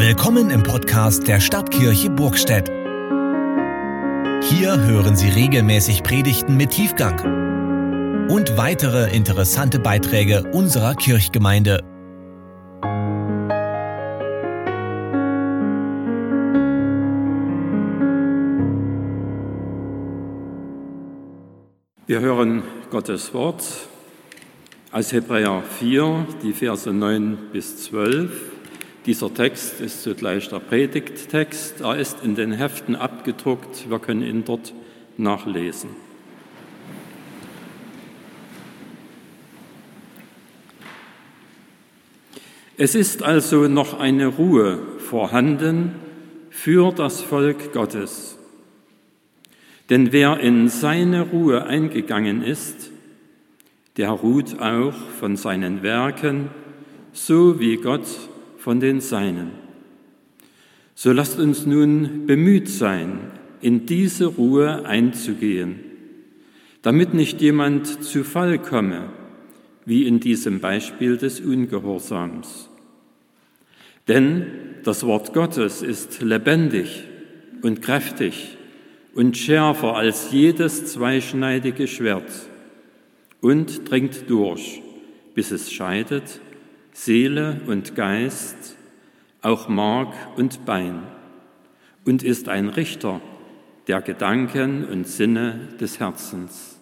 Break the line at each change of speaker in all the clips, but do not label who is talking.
Willkommen im Podcast der Stadtkirche Burgstedt. Hier hören Sie regelmäßig Predigten mit Tiefgang und weitere interessante Beiträge unserer Kirchgemeinde.
Wir hören Gottes Wort aus Hebräer 4, die Verse 9 bis 12. Dieser Text ist zugleich der Predigttext. Er ist in den Heften abgedruckt. Wir können ihn dort nachlesen. Es ist also noch eine Ruhe vorhanden für das Volk Gottes. Denn wer in seine Ruhe eingegangen ist, der ruht auch von seinen Werken, so wie Gott von den Seinen. So lasst uns nun bemüht sein, in diese Ruhe einzugehen, damit nicht jemand zu Fall komme, wie in diesem Beispiel des Ungehorsams. Denn das Wort Gottes ist lebendig und kräftig und schärfer als jedes zweischneidige Schwert und dringt durch, bis es scheidet Seele und Geist, auch Mark und Bein, und ist ein Richter der Gedanken und Sinne des Herzens.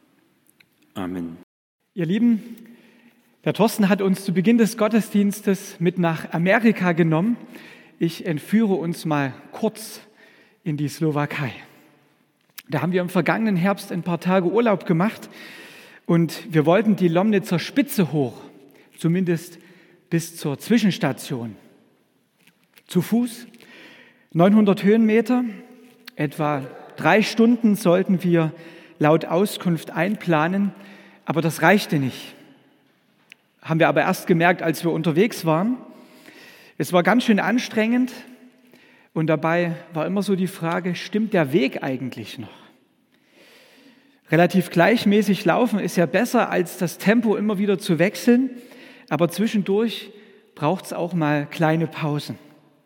Amen.
Ihr Lieben, der Thorsten hat uns zu Beginn des Gottesdienstes mit nach Amerika genommen. Ich entführe uns mal kurz in die Slowakei. Da haben wir im vergangenen Herbst ein paar Tage Urlaub gemacht und wir wollten die Lomnitzer Spitze hoch, zumindest bis zur Zwischenstation. Zu Fuß, 900 Höhenmeter, etwa 3 Stunden sollten wir laut Auskunft einplanen, aber das reichte nicht. Haben wir aber erst gemerkt, als wir unterwegs waren. Es war ganz schön anstrengend und dabei war immer so die Frage, stimmt der Weg eigentlich noch? Relativ gleichmäßig laufen ist ja besser, als das Tempo immer wieder zu wechseln. Aber zwischendurch braucht es auch mal kleine Pausen.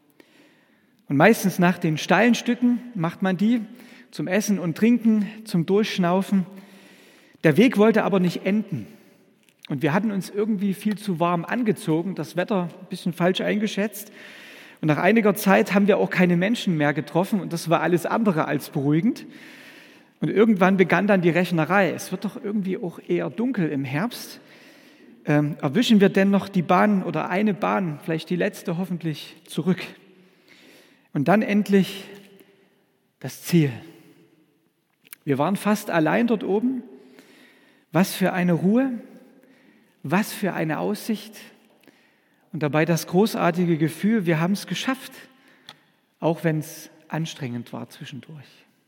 Und meistens nach den steilen Stücken macht man die zum Essen und Trinken, zum Durchschnaufen. Der Weg wollte aber nicht enden. Und wir hatten uns irgendwie viel zu warm angezogen, das Wetter ein bisschen falsch eingeschätzt. Und nach einiger Zeit haben wir auch keine Menschen mehr getroffen und das war alles andere als beruhigend. Und irgendwann begann dann die Rechnerei. Es wird doch irgendwie auch eher dunkel im Herbst. Erwischen wir denn noch die Bahn oder eine Bahn, vielleicht die letzte hoffentlich, zurück. Und dann endlich das Ziel. Wir waren fast allein dort oben. Was für eine Ruhe, was für eine Aussicht und dabei das großartige Gefühl, wir haben es geschafft, auch wenn es anstrengend war zwischendurch.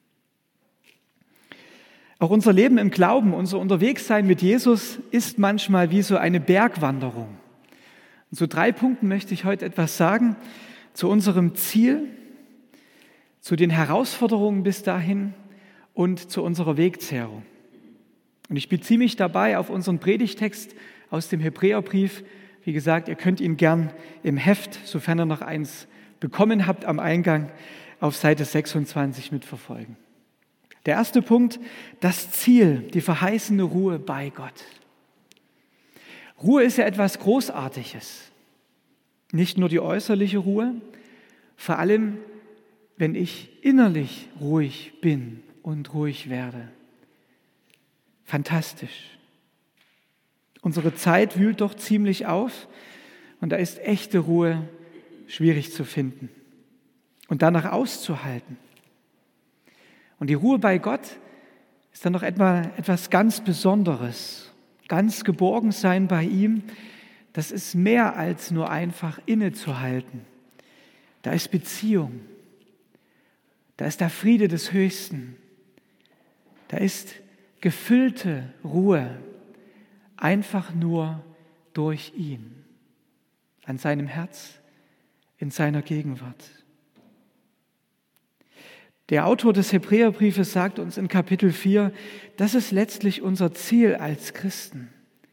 Auch unser Leben im Glauben, unser Unterwegssein mit Jesus ist manchmal wie so eine Bergwanderung. Und zu 3 Punkten möchte ich heute etwas sagen, zu unserem Ziel, zu den Herausforderungen bis dahin und zu unserer Wegzehrung. Und ich beziehe mich dabei auf unseren Predigtext aus dem Hebräerbrief. Wie gesagt, ihr könnt ihn gern im Heft, sofern ihr noch eins bekommen habt, am Eingang auf Seite 26 mitverfolgen. Der erste Punkt, das Ziel, die verheißene Ruhe bei Gott. Ruhe ist ja etwas Großartiges. Nicht nur die äußerliche Ruhe, vor allem, wenn ich innerlich ruhig bin und ruhig werde. Fantastisch. Unsere Zeit wühlt doch ziemlich auf und da ist echte Ruhe schwierig zu finden und danach auszuhalten. Und die Ruhe bei Gott ist dann noch etwas ganz Besonderes. Ganz geborgen sein bei ihm, das ist mehr als nur einfach innezuhalten. Da ist Beziehung. Da ist der Friede des Höchsten. Da ist gefüllte Ruhe, einfach nur durch ihn, an seinem Herz, in seiner Gegenwart. Der Autor des Hebräerbriefes sagt uns in Kapitel 4, das ist letztlich unser Ziel als Christen.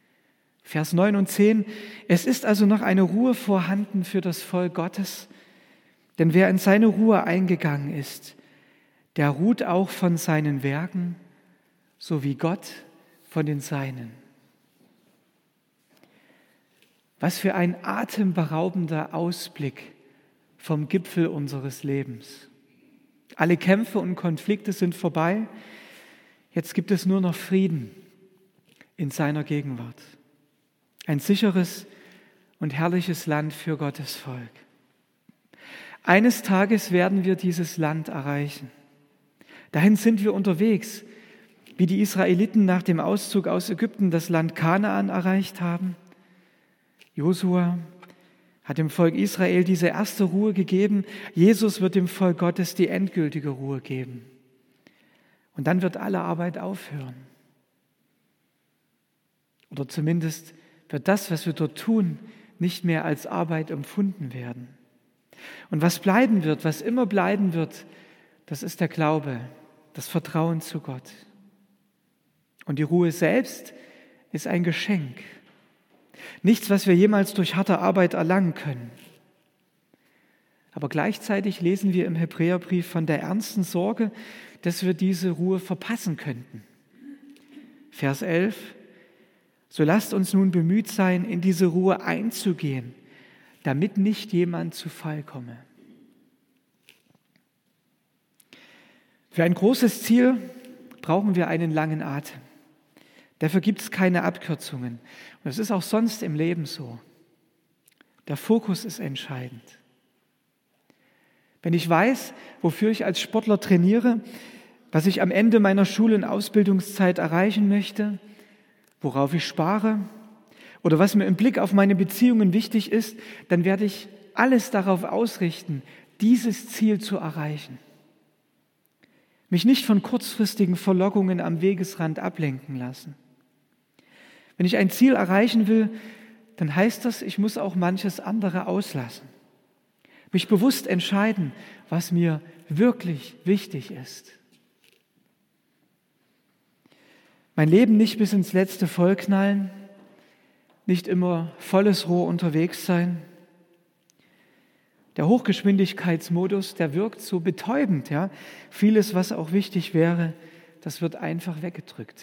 Vers 9 und 10, es ist also noch eine Ruhe vorhanden für das Volk Gottes, Denn wer in seine Ruhe eingegangen ist, der ruht auch von seinen Werken, so wie Gott von den Seinen. Was für ein atemberaubender Ausblick vom Gipfel unseres Lebens. Alle Kämpfe und Konflikte sind vorbei. Jetzt gibt es nur noch Frieden in seiner Gegenwart. Ein sicheres und herrliches Land für Gottes Volk. Eines Tages werden wir dieses Land erreichen. Dahin sind wir unterwegs, wie die Israeliten nach dem Auszug aus Ägypten das Land Kanaan erreicht haben. Josua hat dem Volk Israel diese erste Ruhe gegeben. Jesus wird dem Volk Gottes die endgültige Ruhe geben. Und dann wird alle Arbeit aufhören. Oder zumindest wird das, was wir dort tun, nicht mehr als Arbeit empfunden werden. Und was bleiben wird, was immer bleiben wird, das ist der Glaube, das Vertrauen zu Gott. Und die Ruhe selbst ist ein Geschenk. Nichts, was wir jemals durch harte Arbeit erlangen können. Aber gleichzeitig lesen wir im Hebräerbrief von der ernsten Sorge, dass wir diese Ruhe verpassen könnten. Vers 11: So lasst uns nun bemüht sein, in diese Ruhe einzugehen, damit nicht jemand zu Fall komme. Für ein großes Ziel brauchen wir einen langen Atem. Dafür gibt es keine Abkürzungen. Und das ist auch sonst im Leben so. Der Fokus ist entscheidend. Wenn ich weiß, wofür ich als Sportler trainiere, was ich am Ende meiner Schul- und Ausbildungszeit erreichen möchte, worauf ich spare oder was mir im Blick auf meine Beziehungen wichtig ist, dann werde ich alles darauf ausrichten, dieses Ziel zu erreichen. Mich nicht von kurzfristigen Verlockungen am Wegesrand ablenken lassen. Wenn ich ein Ziel erreichen will, dann heißt das, ich muss auch manches andere auslassen. Mich bewusst entscheiden, was mir wirklich wichtig ist. Mein Leben nicht bis ins Letzte vollknallen, nicht immer volles Rohr unterwegs sein. Der Hochgeschwindigkeitsmodus, der wirkt so betäubend. Ja? Vieles, was auch wichtig wäre, das wird einfach weggedrückt.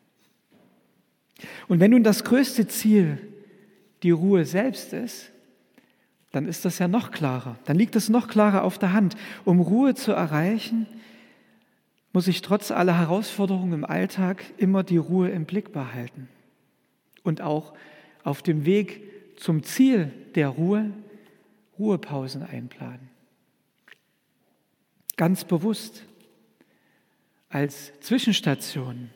Und wenn nun das größte Ziel die Ruhe selbst ist, dann ist das ja noch klarer. Dann liegt es noch klarer auf der Hand. Um Ruhe zu erreichen, muss ich trotz aller Herausforderungen im Alltag immer die Ruhe im Blick behalten. Und auch auf dem Weg zum Ziel der Ruhe Ruhepausen einplanen. Ganz bewusst als Zwischenstation.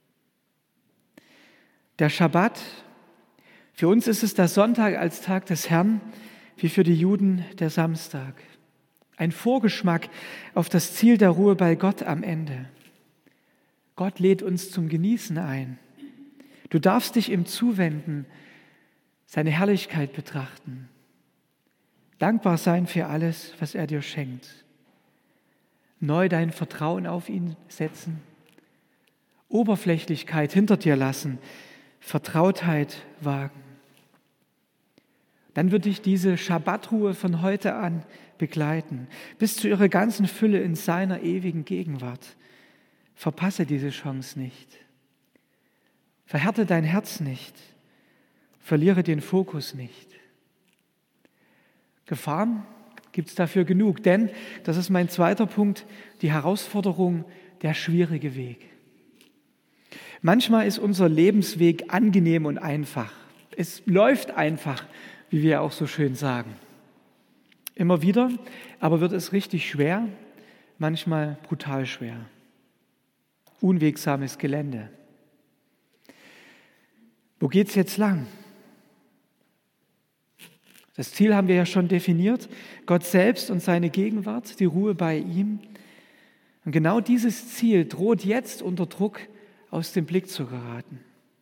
Der Schabbat, für uns ist es der Sonntag als Tag des Herrn, wie für die Juden der Samstag. Ein Vorgeschmack auf das Ziel der Ruhe bei Gott am Ende. Gott lädt uns zum Genießen ein. Du darfst dich ihm zuwenden, seine Herrlichkeit betrachten. Dankbar sein für alles, was er dir schenkt. Neu dein Vertrauen auf ihn setzen. Oberflächlichkeit hinter dir lassen. Vertrautheit wagen. Dann wird dich diese Schabbatruhe von heute an begleiten, bis zu ihrer ganzen Fülle in seiner ewigen Gegenwart. Verpasse diese Chance nicht. Verhärte dein Herz nicht. Verliere den Fokus nicht. Gefahren gibt es dafür genug, denn, das ist mein zweiter Punkt, die Herausforderung, der schwierige Weg. Manchmal ist unser Lebensweg angenehm und einfach. Es läuft einfach, wie wir auch so schön sagen. Immer wieder, aber wird es richtig schwer, manchmal brutal schwer. Unwegsames Gelände. Wo geht's jetzt lang? Das Ziel haben wir ja schon definiert, Gott selbst und seine Gegenwart, die Ruhe bei ihm. Und genau dieses Ziel droht jetzt unter Druck aus dem Blick zu geraten.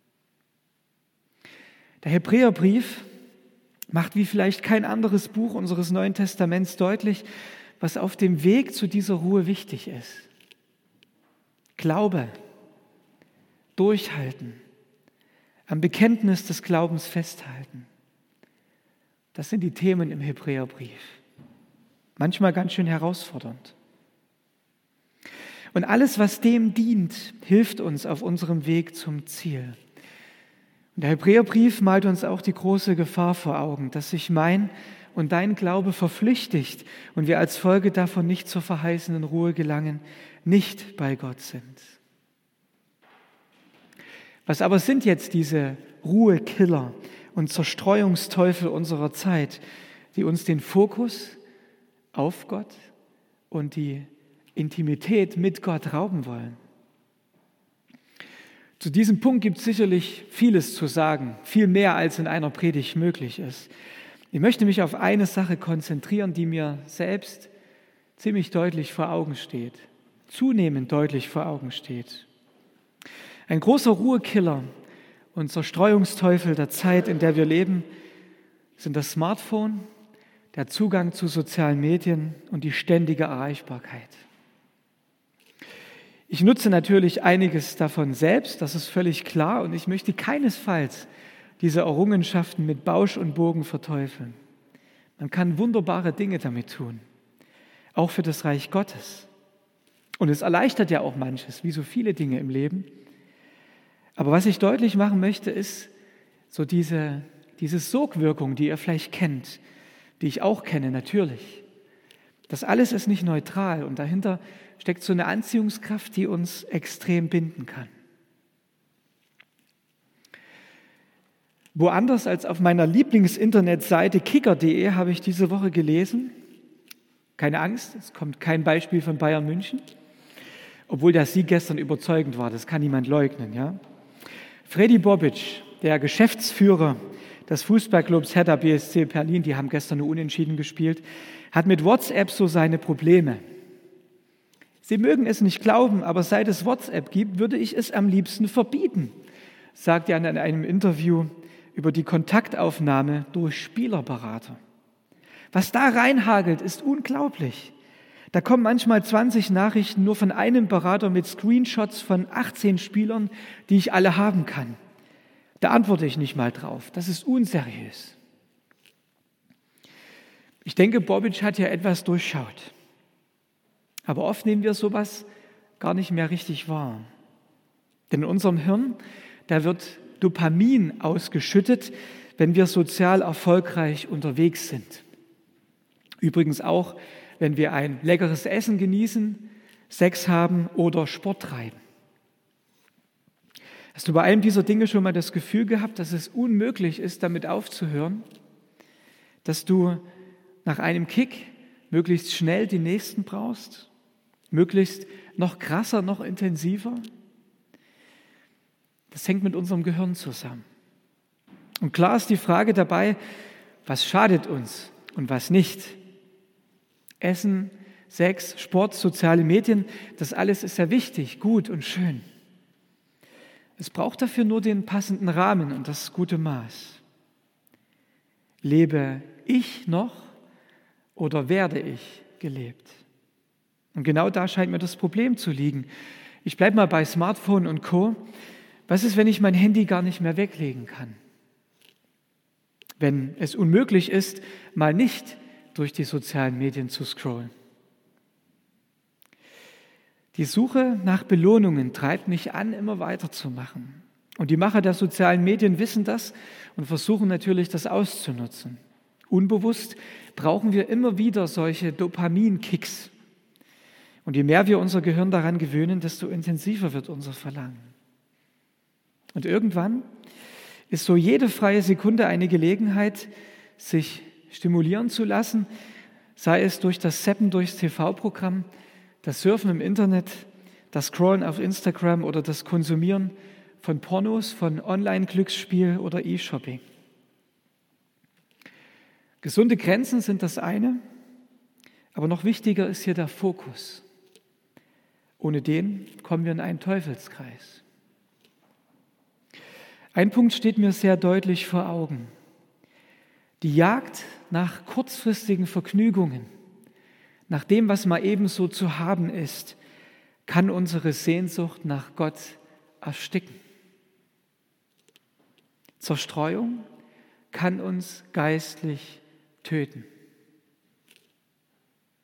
Der Hebräerbrief macht wie vielleicht kein anderes Buch unseres Neuen Testaments deutlich, was auf dem Weg zu dieser Ruhe wichtig ist. Glaube, durchhalten, am Bekenntnis des Glaubens festhalten. Das sind die Themen im Hebräerbrief. manchmal ganz schön herausfordernd. Und alles, was dem dient, hilft uns auf unserem Weg zum Ziel. Und der Hebräerbrief malt uns auch die große Gefahr vor Augen, dass sich mein und dein Glaube verflüchtigt und wir als Folge davon nicht zur verheißenen Ruhe gelangen, nicht bei Gott sind. Was aber sind jetzt diese Ruhekiller und Zerstreuungsteufel unserer Zeit, die uns den Fokus auf Gott und die Intimität mit Gott rauben wollen? Zu diesem Punkt gibt es sicherlich vieles zu sagen, viel mehr als in einer Predigt möglich ist. Ich möchte mich auf eine Sache konzentrieren, die mir selbst ziemlich deutlich vor Augen steht, zunehmend deutlich vor Augen steht. Ein großer Ruhekiller und Zerstreuungsteufel der Zeit, in der wir leben, sind das Smartphone, der Zugang zu sozialen Medien und die ständige Erreichbarkeit. Ich nutze natürlich einiges davon selbst, das ist völlig klar, und ich möchte keinesfalls diese Errungenschaften mit Bausch und Bogen verteufeln. Man kann wunderbare Dinge damit tun, auch für das Reich Gottes. Und es erleichtert ja auch manches, wie so viele Dinge im Leben. Aber was ich deutlich machen möchte, ist so diese Sogwirkung, die ihr vielleicht kennt, die ich auch kenne, natürlich. Das alles ist nicht neutral und dahinter steckt so eine Anziehungskraft, die uns extrem binden kann. Woanders als auf meiner Lieblingsinternetseite kicker.de habe ich diese Woche gelesen, keine Angst, es kommt kein Beispiel von Bayern München, obwohl der Sieg gestern überzeugend war, das kann niemand leugnen. Ja? Freddy Bobic, der Geschäftsführer des Fußballclubs Hertha BSC Berlin, die haben gestern nur unentschieden gespielt, hat mit WhatsApp so seine Probleme. Sie mögen es nicht glauben, aber seit es WhatsApp gibt, würde ich es am liebsten verbieten, sagt er in einem Interview über die Kontaktaufnahme durch Spielerberater. Was da reinhagelt, ist unglaublich. Da kommen manchmal 20 Nachrichten nur von einem Berater mit Screenshots von 18 Spielern, die ich alle haben kann. Da antworte ich nicht mal drauf. Das ist unseriös. Ich denke, Bobic hat ja etwas durchschaut. Aber oft nehmen wir sowas gar nicht mehr richtig wahr. Denn in unserem Hirn, da wird Dopamin ausgeschüttet, wenn wir sozial erfolgreich unterwegs sind. Übrigens auch, wenn wir ein leckeres Essen genießen, Sex haben oder Sport treiben. Hast du bei einem dieser Dinge schon mal das Gefühl gehabt, dass es unmöglich ist, damit aufzuhören? Dass du nach einem Kick möglichst schnell den nächsten brauchst? Möglichst noch krasser, noch intensiver? Das hängt mit unserem Gehirn zusammen. Und klar ist die Frage dabei, was schadet uns und was nicht? Essen, Sex, Sport, soziale Medien, das alles ist ja wichtig, gut und schön. Es braucht dafür nur den passenden Rahmen und das gute Maß. Lebe ich noch oder werde ich gelebt? Und genau da scheint mir das Problem zu liegen. Ich bleibe mal bei Smartphone und Co. Was ist, wenn ich mein Handy gar nicht mehr weglegen kann? Wenn es unmöglich ist, mal nicht durch die sozialen Medien zu scrollen. Die Suche nach Belohnungen treibt mich an, immer weiterzumachen. Und die Macher der sozialen Medien wissen das und versuchen natürlich, das auszunutzen. Unbewusst brauchen wir immer wieder solche Dopaminkicks. Und je mehr wir unser Gehirn daran gewöhnen, desto intensiver wird unser Verlangen. Und irgendwann ist so jede freie Sekunde eine Gelegenheit, sich stimulieren zu lassen, sei es durch das Zappen durchs TV-Programm, das Surfen im Internet, das Scrollen auf Instagram oder das Konsumieren von Pornos, von Online-Glücksspiel oder E-Shopping. Gesunde Grenzen sind das eine, aber noch wichtiger ist hier der Fokus. Ohne den kommen wir in einen Teufelskreis. Ein Punkt steht mir sehr deutlich vor Augen. Die Jagd nach kurzfristigen Vergnügungen, nach dem, was mal ebenso zu haben ist, kann unsere Sehnsucht nach Gott ersticken. Zerstreuung kann uns geistlich töten.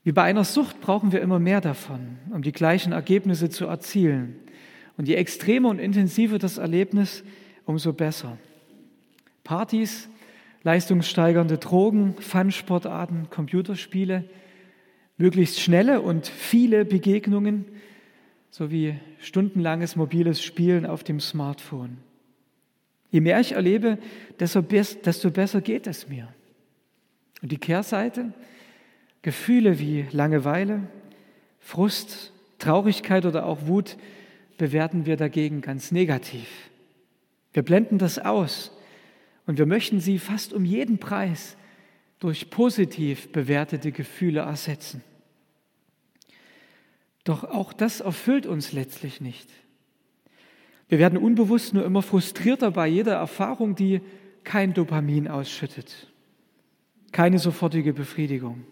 Wie bei einer Sucht brauchen wir immer mehr davon, um die gleichen Ergebnisse zu erzielen. Und je extremer und intensiver das Erlebnis, umso besser. Partys, leistungssteigernde Drogen, Fun-Sportarten, Computerspiele, möglichst schnelle und viele Begegnungen sowie stundenlanges mobiles Spielen auf dem Smartphone. Je mehr ich erlebe, desto besser geht es mir. Und die Kehrseite? Gefühle wie Langeweile, Frust, Traurigkeit oder auch Wut bewerten wir dagegen ganz negativ. Wir blenden das aus und wir möchten sie fast um jeden Preis durch positiv bewertete Gefühle ersetzen. Doch auch das erfüllt uns letztlich nicht. Wir werden unbewusst nur immer frustrierter bei jeder Erfahrung, die kein Dopamin ausschüttet, keine sofortige Befriedigung.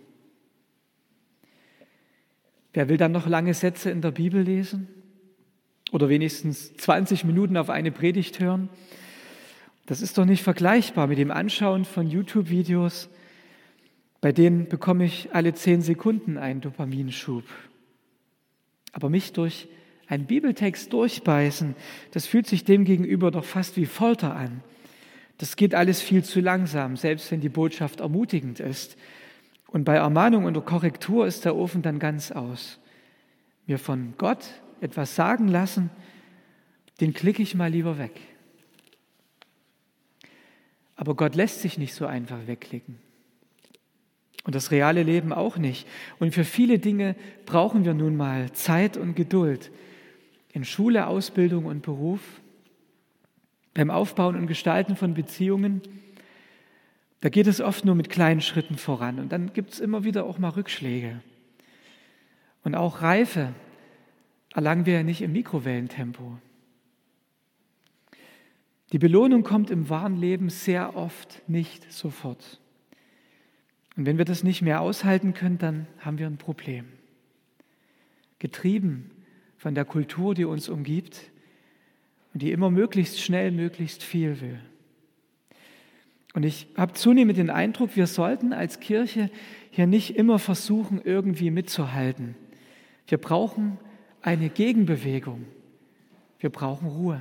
Wer will dann noch lange Sätze in der Bibel lesen oder wenigstens 20 Minuten auf eine Predigt hören? Das ist doch nicht vergleichbar mit dem Anschauen von YouTube-Videos, bei denen bekomme ich alle 10 Sekunden einen Dopaminschub. Aber mich durch einen Bibeltext durchbeißen, das fühlt sich dem gegenüber doch fast wie Folter an. Das geht alles viel zu langsam, selbst wenn die Botschaft ermutigend ist. Und bei Ermahnung und Korrektur ist der Ofen dann ganz aus. Mir von Gott etwas sagen lassen, den klicke ich mal lieber weg. Aber Gott lässt sich nicht so einfach wegklicken. Und das reale Leben auch nicht. Und für viele Dinge brauchen wir nun mal Zeit und Geduld. In Schule, Ausbildung und Beruf, beim Aufbauen und Gestalten von Beziehungen, da geht es oft nur mit kleinen Schritten voran. Und dann gibt es immer wieder auch mal Rückschläge. Und auch Reife erlangen wir ja nicht im Mikrowellentempo. Die Belohnung kommt im wahren Leben sehr oft nicht sofort. Und wenn wir das nicht mehr aushalten können, dann haben wir ein Problem. Getrieben von der Kultur, die uns umgibt und die immer möglichst schnell, möglichst viel will. Und ich habe zunehmend den Eindruck, wir sollten als Kirche hier nicht immer versuchen, irgendwie mitzuhalten. Wir brauchen eine Gegenbewegung. Wir brauchen Ruhe.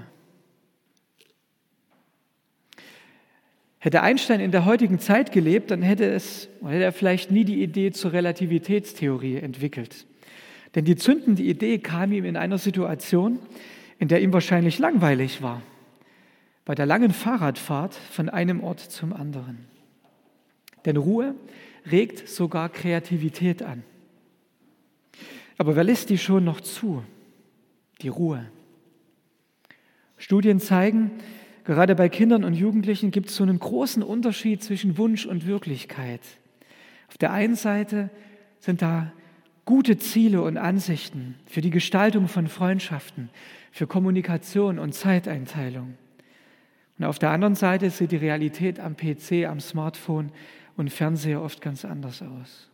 Hätte Einstein in der heutigen Zeit gelebt, dann hätte er vielleicht nie die Idee zur Relativitätstheorie entwickelt. Denn die zündende Idee kam ihm in einer Situation, in der ihm wahrscheinlich langweilig war. Bei der langen Fahrradfahrt von einem Ort zum anderen. Denn Ruhe regt sogar Kreativität an. Aber wer lässt die schon noch zu? Die Ruhe. Studien zeigen, gerade bei Kindern und Jugendlichen gibt es so einen großen Unterschied zwischen Wunsch und Wirklichkeit. Auf der einen Seite sind da gute Ziele und Ansichten für die Gestaltung von Freundschaften, für Kommunikation und Zeiteinteilung. Und auf der anderen Seite sieht die Realität am PC, am Smartphone und Fernseher oft ganz anders aus.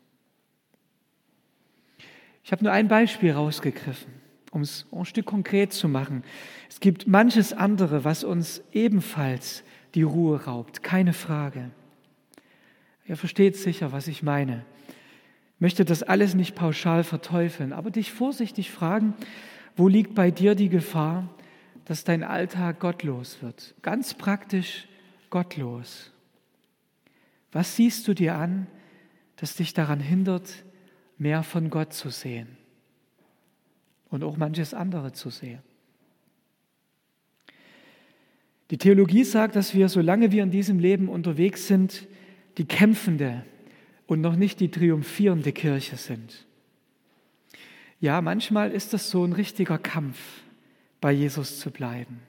Ich habe nur ein Beispiel rausgegriffen, um es ein Stück konkret zu machen. Es gibt manches andere, was uns ebenfalls die Ruhe raubt, keine Frage. Ihr versteht sicher, was ich meine. Ich möchte das alles nicht pauschal verteufeln, aber dich vorsichtig fragen, wo liegt bei dir die Gefahr, dass dein Alltag gottlos wird? Ganz praktisch gottlos. Was siehst du dir an, das dich daran hindert, mehr von Gott zu sehen und auch manches andere zu sehen? Die Theologie sagt, dass wir, solange wir in diesem Leben unterwegs sind, die kämpfende und noch nicht die triumphierende Kirche sind. Ja, manchmal ist das so ein richtiger Kampf, bei Jesus zu bleiben.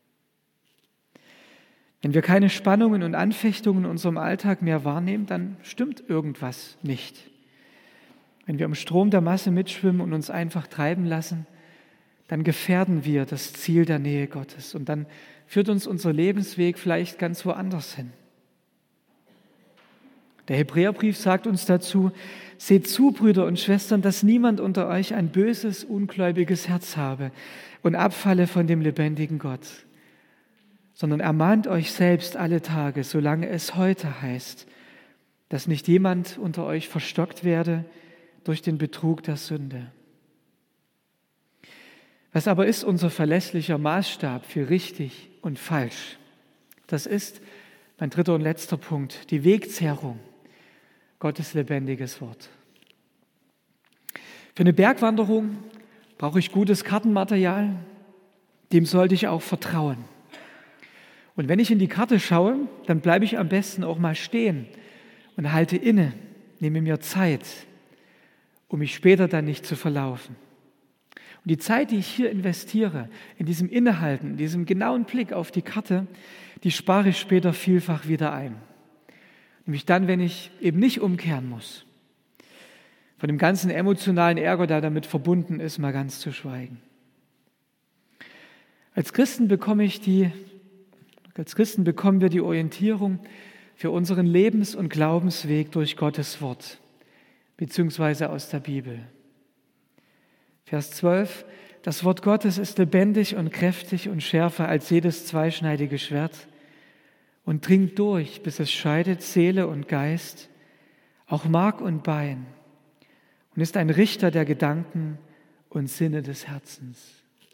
Wenn wir keine Spannungen und Anfechtungen in unserem Alltag mehr wahrnehmen, dann stimmt irgendwas nicht. Wenn wir im Strom der Masse mitschwimmen und uns einfach treiben lassen, dann gefährden wir das Ziel der Nähe Gottes und dann führt uns unser Lebensweg vielleicht ganz woanders hin. Der Hebräerbrief sagt uns dazu: Seht zu, Brüder und Schwestern, dass niemand unter euch ein böses, ungläubiges Herz habe und abfalle von dem lebendigen Gott, sondern ermahnt euch selbst alle Tage, solange es heute heißt, dass nicht jemand unter euch verstockt werde, durch den Betrug der Sünde. Was aber ist unser verlässlicher Maßstab für richtig und falsch? Das ist mein dritter und letzter Punkt, die Wegzehrung, Gottes lebendiges Wort. Für eine Bergwanderung brauche ich gutes Kartenmaterial, dem sollte ich auch vertrauen. Und wenn ich in die Karte schaue, dann bleibe ich am besten auch mal stehen und halte inne, nehme mir Zeit, um mich später dann nicht zu verlaufen. Und die Zeit, die ich hier investiere, in diesem Innehalten, in diesem genauen Blick auf die Karte, die spare ich später vielfach wieder ein. Nämlich dann, wenn ich eben nicht umkehren muss. Von dem ganzen emotionalen Ärger, der damit verbunden ist, mal ganz zu schweigen. Als Christen bekommen wir die Orientierung für unseren Lebens- und Glaubensweg durch Gottes Wort, beziehungsweise aus der Bibel. Vers 12: Das Wort Gottes ist lebendig und kräftig und schärfer als jedes zweischneidige Schwert und dringt durch, bis es scheidet Seele und Geist, auch Mark und Bein, und ist ein Richter der Gedanken und Sinne des Herzens.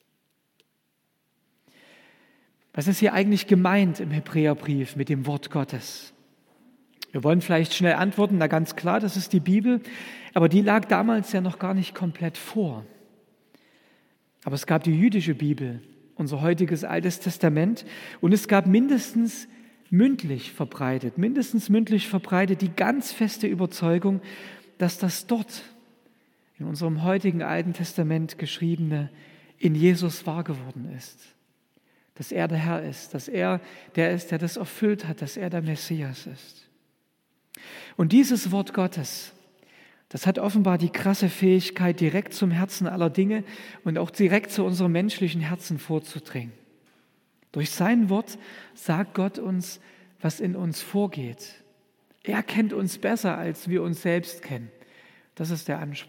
Was ist hier eigentlich gemeint im Hebräerbrief mit dem Wort Gottes? Wir wollen vielleicht schnell antworten, na ganz klar, das ist die Bibel, aber die lag damals ja noch gar nicht komplett vor. Aber es gab die jüdische Bibel, unser heutiges Altes Testament, und es gab mindestens mündlich verbreitet die ganz feste Überzeugung, dass das dort in unserem heutigen Alten Testament geschriebene in Jesus wahr geworden ist. Dass er der Herr ist, dass er der ist, der das erfüllt hat, dass er der Messias ist. Und dieses Wort Gottes, das hat offenbar die krasse Fähigkeit, direkt zum Herzen aller Dinge und auch direkt zu unserem menschlichen Herzen vorzudringen. Durch sein Wort sagt Gott uns, was in uns vorgeht. Er kennt uns besser, als wir uns selbst kennen. Das ist der Anspruch.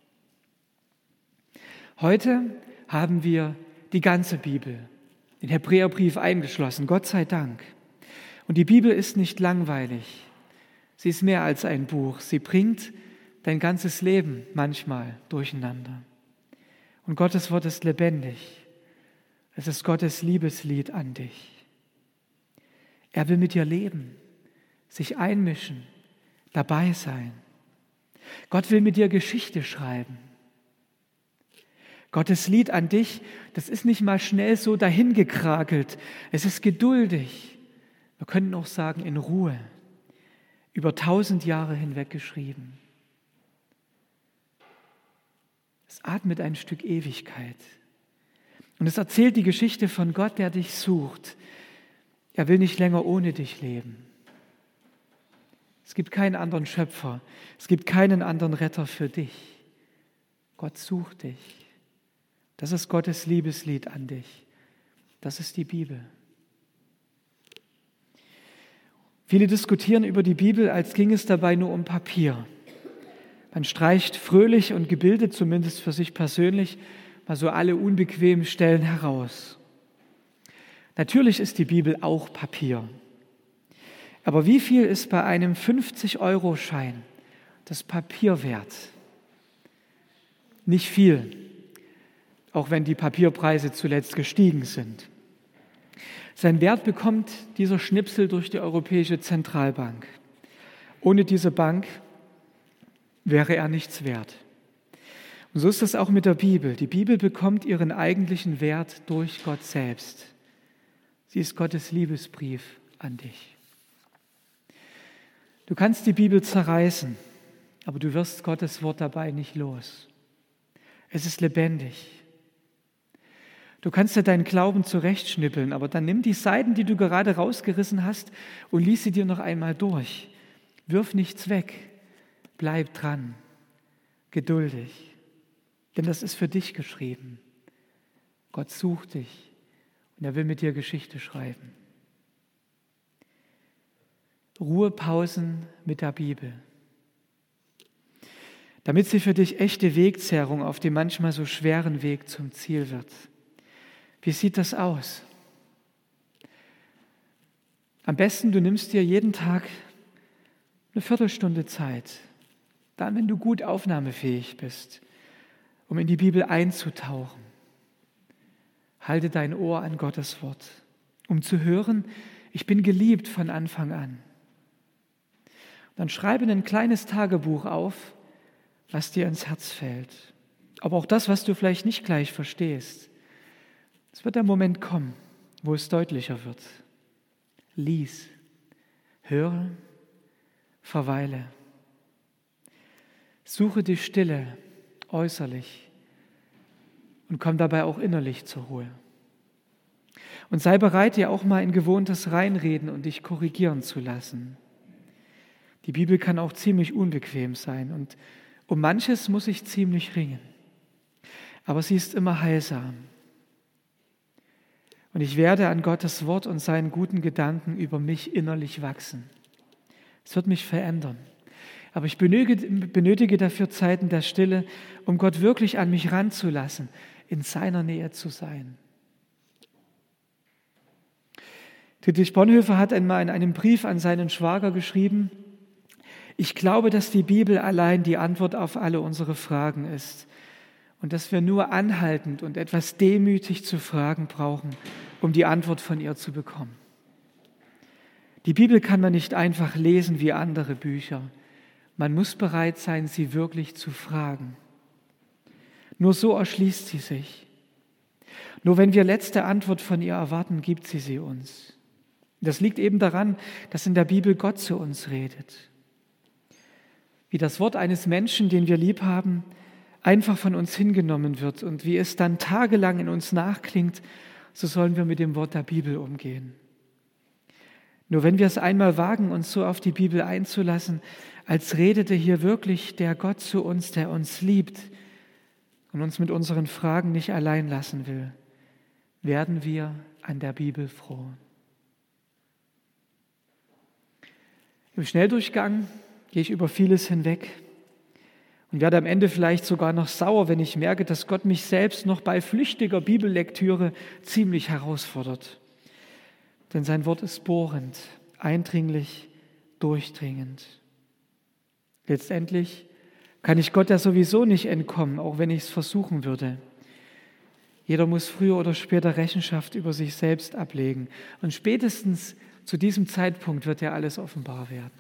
Heute haben wir die ganze Bibel, den Hebräerbrief eingeschlossen, Gott sei Dank. Und die Bibel ist nicht langweilig. Sie ist mehr als ein Buch. Sie bringt dein ganzes Leben manchmal durcheinander. Und Gottes Wort ist lebendig. Es ist Gottes Liebeslied an dich. Er will mit dir leben, sich einmischen, dabei sein. Gott will mit dir Geschichte schreiben. Gottes Lied an dich, das ist nicht mal schnell so dahingekrakelt. Es ist geduldig. Wir können auch sagen, in Ruhe. Über 1000 Jahre hinweg geschrieben. Es atmet ein Stück Ewigkeit. Und es erzählt die Geschichte von Gott, der dich sucht. Er will nicht länger ohne dich leben. Es gibt keinen anderen Schöpfer. Es gibt keinen anderen Retter für dich. Gott sucht dich. Das ist Gottes Liebeslied an dich. Das ist die Bibel. Viele diskutieren über die Bibel, als ging es dabei nur um Papier. Man streicht fröhlich und gebildet, zumindest für sich persönlich, mal so alle unbequemen Stellen heraus. Natürlich ist die Bibel auch Papier. Aber wie viel ist bei einem 50-Euro-Schein das Papier wert? Nicht viel, auch wenn die Papierpreise zuletzt gestiegen sind. Sein Wert bekommt dieser Schnipsel durch die Europäische Zentralbank. Ohne diese Bank wäre er nichts wert. Und so ist es auch mit der Bibel. Die Bibel bekommt ihren eigentlichen Wert durch Gott selbst. Sie ist Gottes Liebesbrief an dich. Du kannst die Bibel zerreißen, aber du wirst Gottes Wort dabei nicht los. Es ist lebendig. Du kannst dir deinen Glauben zurechtschnippeln, aber dann nimm die Seiten, die du gerade rausgerissen hast, und lies sie dir noch einmal durch. Wirf nichts weg, bleib dran, geduldig, denn das ist für dich geschrieben. Gott sucht dich und er will mit dir Geschichte schreiben. Ruhepausen mit der Bibel, damit sie für dich echte Wegzehrung auf dem manchmal so schweren Weg zum Ziel wird. Wie sieht das aus? Am besten, du nimmst dir jeden Tag eine Viertelstunde Zeit, dann, wenn du gut aufnahmefähig bist, um in die Bibel einzutauchen. Halte dein Ohr an Gottes Wort, um zu hören, ich bin geliebt von Anfang an. Dann schreibe ein kleines Tagebuch auf, was dir ins Herz fällt. Aber auch das, was du vielleicht nicht gleich verstehst. Es wird der Moment kommen, wo es deutlicher wird. Lies, höre, verweile. Suche die Stille äußerlich und komm dabei auch innerlich zur Ruhe. Und sei bereit, dir auch mal in gewohntes Reinreden und dich korrigieren zu lassen. Die Bibel kann auch ziemlich unbequem sein und um manches muss ich ziemlich ringen. Aber sie ist immer heilsam. Und ich werde an Gottes Wort und seinen guten Gedanken über mich innerlich wachsen. Es wird mich verändern. Aber ich benötige dafür Zeiten der Stille, um Gott wirklich an mich ranzulassen, in seiner Nähe zu sein. Dietrich Bonhoeffer hat einmal in einem Brief an seinen Schwager geschrieben: Ich glaube, dass die Bibel allein die Antwort auf alle unsere Fragen ist und dass wir nur anhaltend und etwas demütig zu fragen brauchen, um die Antwort von ihr zu bekommen. Die Bibel kann man nicht einfach lesen wie andere Bücher. Man muss bereit sein, sie wirklich zu fragen. Nur so erschließt sie sich. Nur wenn wir letzte Antwort von ihr erwarten, gibt sie uns. Das liegt eben daran, dass in der Bibel Gott zu uns redet. Wie das Wort eines Menschen, den wir lieb haben, einfach von uns hingenommen wird und wie es dann tagelang in uns nachklingt, so sollen wir mit dem Wort der Bibel umgehen. Nur wenn wir es einmal wagen, uns so auf die Bibel einzulassen, als redete hier wirklich der Gott zu uns, der uns liebt und uns mit unseren Fragen nicht allein lassen will, werden wir an der Bibel froh. Im Schnelldurchgang gehe ich über vieles hinweg und werde am Ende vielleicht sogar noch sauer, wenn ich merke, dass Gott mich selbst noch bei flüchtiger Bibellektüre ziemlich herausfordert. Denn sein Wort ist bohrend, eindringlich, durchdringend. Letztendlich kann ich Gott ja sowieso nicht entkommen, auch wenn ich es versuchen würde. Jeder muss früher oder später Rechenschaft über sich selbst ablegen. Und spätestens zu diesem Zeitpunkt wird ja alles offenbar werden.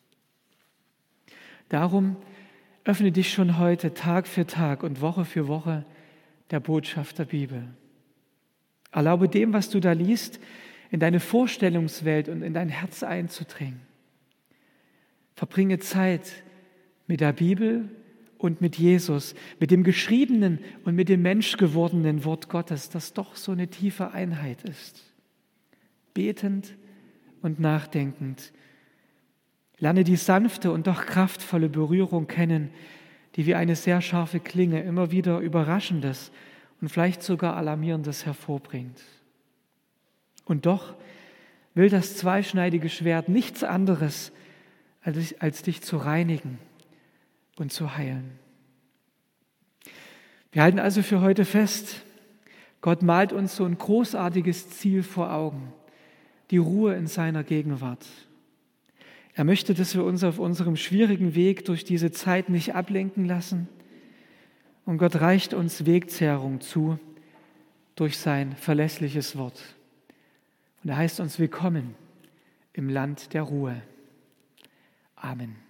Darum öffne dich schon heute Tag für Tag und Woche für Woche der Botschaft der Bibel. Erlaube dem, was du da liest, in deine Vorstellungswelt und in dein Herz einzudringen. Verbringe Zeit mit der Bibel und mit Jesus, mit dem geschriebenen und mit dem menschgewordenen Wort Gottes, das doch so eine tiefe Einheit ist. Betend und nachdenkend. Lerne die sanfte und doch kraftvolle Berührung kennen, die wie eine sehr scharfe Klinge immer wieder Überraschendes und vielleicht sogar Alarmierendes hervorbringt. Und doch will das zweischneidige Schwert nichts anderes, als dich zu reinigen und zu heilen. Wir halten also für heute fest, Gott malt uns so ein großartiges Ziel vor Augen, die Ruhe in seiner Gegenwart. Er möchte, dass wir uns auf unserem schwierigen Weg durch diese Zeit nicht ablenken lassen. Und Gott reicht uns Wegzehrung zu durch sein verlässliches Wort. Und er heißt uns willkommen im Land der Ruhe. Amen.